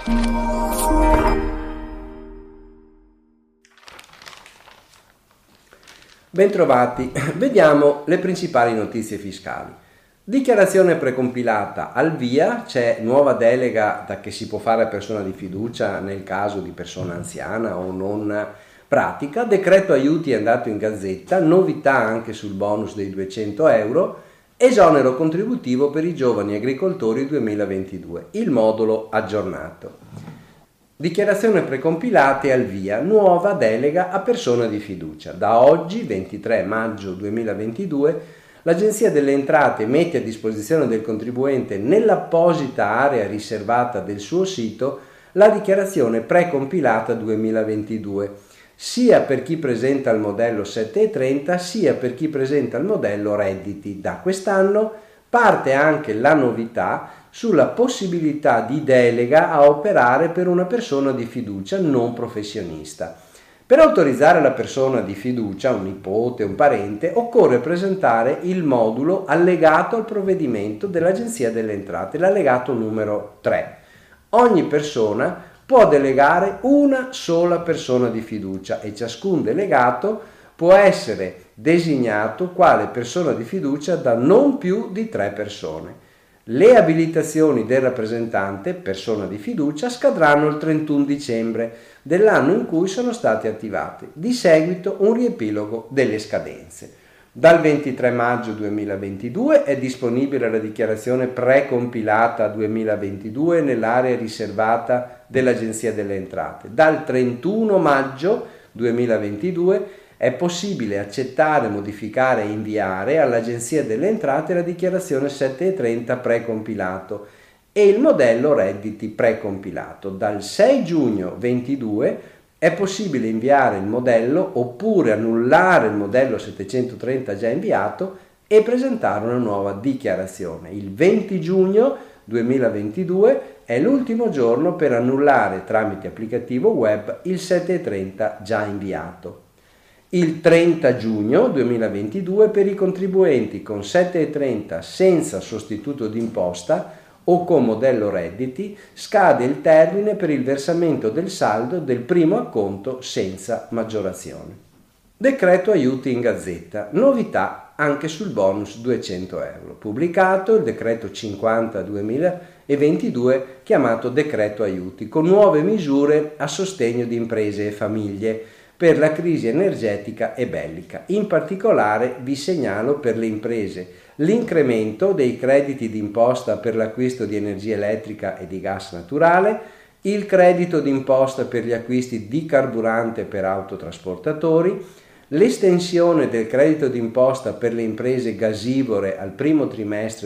Bentrovati, vediamo le principali notizie fiscali. Dichiarazione precompilata al via, c'è nuova delega che si può fare a persona di fiducia nel caso di persona anziana o non pratica, decreto aiuti è andato in gazzetta, novità anche sul bonus dei 200 euro, esonero contributivo per i giovani agricoltori 2022, il modulo aggiornato. Dichiarazione precompilate al via, nuova delega a persona di fiducia. Da oggi, 23 maggio 2022, l'Agenzia delle Entrate mette a disposizione del contribuente nell'apposita area riservata del suo sito la dichiarazione precompilata 2022, sia per chi presenta il modello 730 sia per chi presenta il modello redditi. Da quest'anno parte anche la novità sulla possibilità di delega a operare per una persona di fiducia non professionista. Per autorizzare la persona di fiducia, un nipote, un parente, occorre presentare il modulo allegato al provvedimento dell'Agenzia delle Entrate, l'allegato numero 3. Ogni persona può delegare una sola persona di fiducia e ciascun delegato può essere designato quale persona di fiducia da non più di 3 persone. Le abilitazioni del rappresentante, persona di fiducia, scadranno il 31 dicembre dell'anno in cui sono state attivate. Di seguito un riepilogo delle scadenze. Dal 23 maggio 2022 è disponibile la dichiarazione precompilata 2022 nell'area riservata dell'Agenzia delle Entrate. Dal 31 maggio 2022 è possibile accettare, modificare e inviare all'Agenzia delle Entrate la dichiarazione 730 precompilato e il modello redditi precompilato. Dal 6 giugno 2022 è possibile inviare il modello oppure annullare il modello 730 già inviato e presentare una nuova dichiarazione. Il 20 giugno 2022 è l'ultimo giorno per annullare tramite applicativo web il 730 già inviato. Il 30 giugno 2022 per i contribuenti con 730 senza sostituto d'imposta o con modello redditi scade il termine per il versamento del saldo del primo acconto senza maggiorazione. Decreto aiuti in gazzetta, novità anche sul bonus 200 euro. Pubblicato il decreto 50 2022 chiamato decreto aiuti con nuove misure a sostegno di imprese e famiglie per la crisi energetica e bellica. In particolare vi segnalo per le imprese l'incremento dei crediti d'imposta per l'acquisto di energia elettrica e di gas naturale, il credito d'imposta per gli acquisti di carburante per autotrasportatori, l'estensione del credito d'imposta per le imprese gasivore al primo trimestre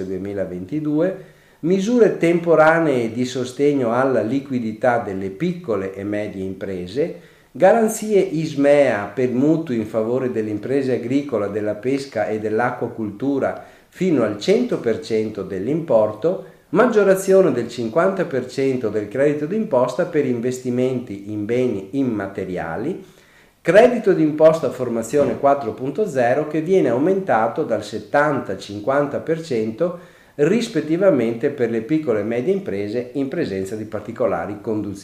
2022, misure temporanee di sostegno alla liquidità delle piccole e medie imprese, garanzie ISMEA per mutui in favore delle imprese agricole, della pesca e dell'acquacultura fino al 100% dell'importo, maggiorazione del 50% del credito d'imposta per investimenti in beni immateriali, credito d'imposta formazione 4.0 che viene aumentato dal 70 al 50% rispettivamente per le piccole e medie imprese in presenza di particolari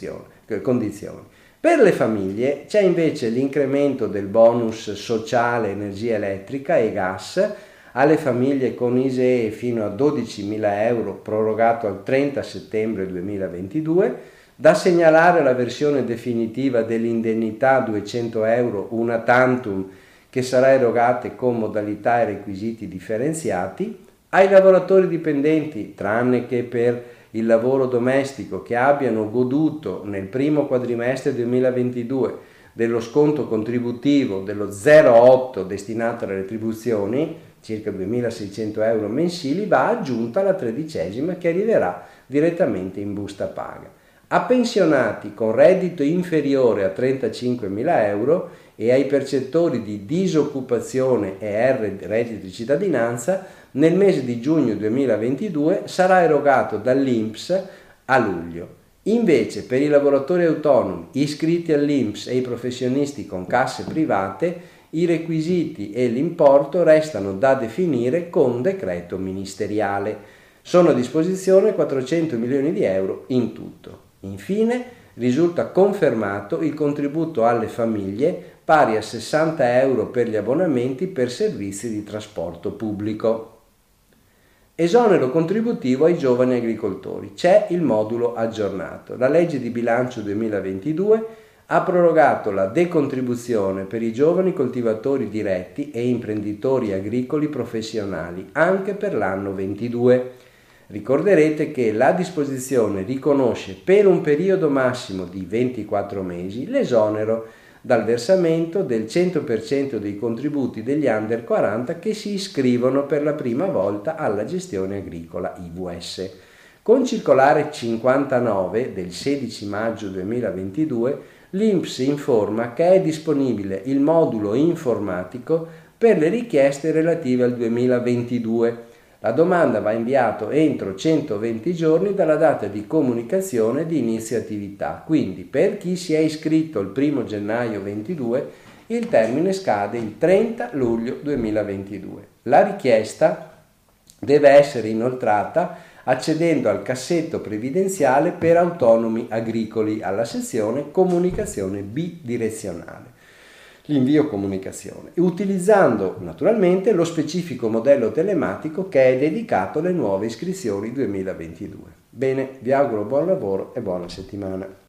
condizioni. Per le famiglie c'è invece l'incremento del bonus sociale energia elettrica e gas alle famiglie con ISEE fino a 12.000 euro prorogato al 30 settembre 2022, da segnalare la versione definitiva dell'indennità 200 euro una tantum che sarà erogata con modalità e requisiti differenziati, ai lavoratori dipendenti, tranne che per il lavoro domestico, che abbiano goduto nel primo quadrimestre 2022 dello sconto contributivo dello 0,8 destinato alle retribuzioni, circa 2.600 euro mensili, va aggiunta la 13ª che arriverà direttamente in busta paga. A pensionati con reddito inferiore a 35.000 euro e ai percettori di disoccupazione e reddito di cittadinanza nel mese di giugno 2022 sarà erogato dall'INPS a luglio. Invece per i lavoratori autonomi iscritti all'INPS e i professionisti con casse private i requisiti e l'importo restano da definire con decreto ministeriale. Sono a disposizione 400 milioni di euro in tutto. Infine, risulta confermato il contributo alle famiglie pari a 60 euro per gli abbonamenti per servizi di trasporto pubblico. Esonero contributivo ai giovani agricoltori. C'è il modulo aggiornato. La legge di bilancio 2022 ha prorogato la decontribuzione per i giovani coltivatori diretti e imprenditori agricoli professionali anche per l'anno 22. Ricorderete che la disposizione riconosce per un periodo massimo di 24 mesi l'esonero dal versamento del 100% dei contributi degli under 40 che si iscrivono per la prima volta alla gestione agricola IVS. Con circolare 59 del 16 maggio 2022 l'INPS informa che è disponibile il modulo informatico per le richieste relative al 2022. La domanda va inviata entro 120 giorni dalla data di comunicazione di inizio attività, quindi per chi si è iscritto il 1 gennaio 2022 il termine scade il 30 luglio 2022. La richiesta deve essere inoltrata accedendo al cassetto previdenziale per autonomi agricoli alla sezione comunicazione bidirezionale. L'invio comunicazione, utilizzando naturalmente lo specifico modello telematico che è dedicato alle nuove iscrizioni 2022. Bene, vi auguro buon lavoro e buona settimana.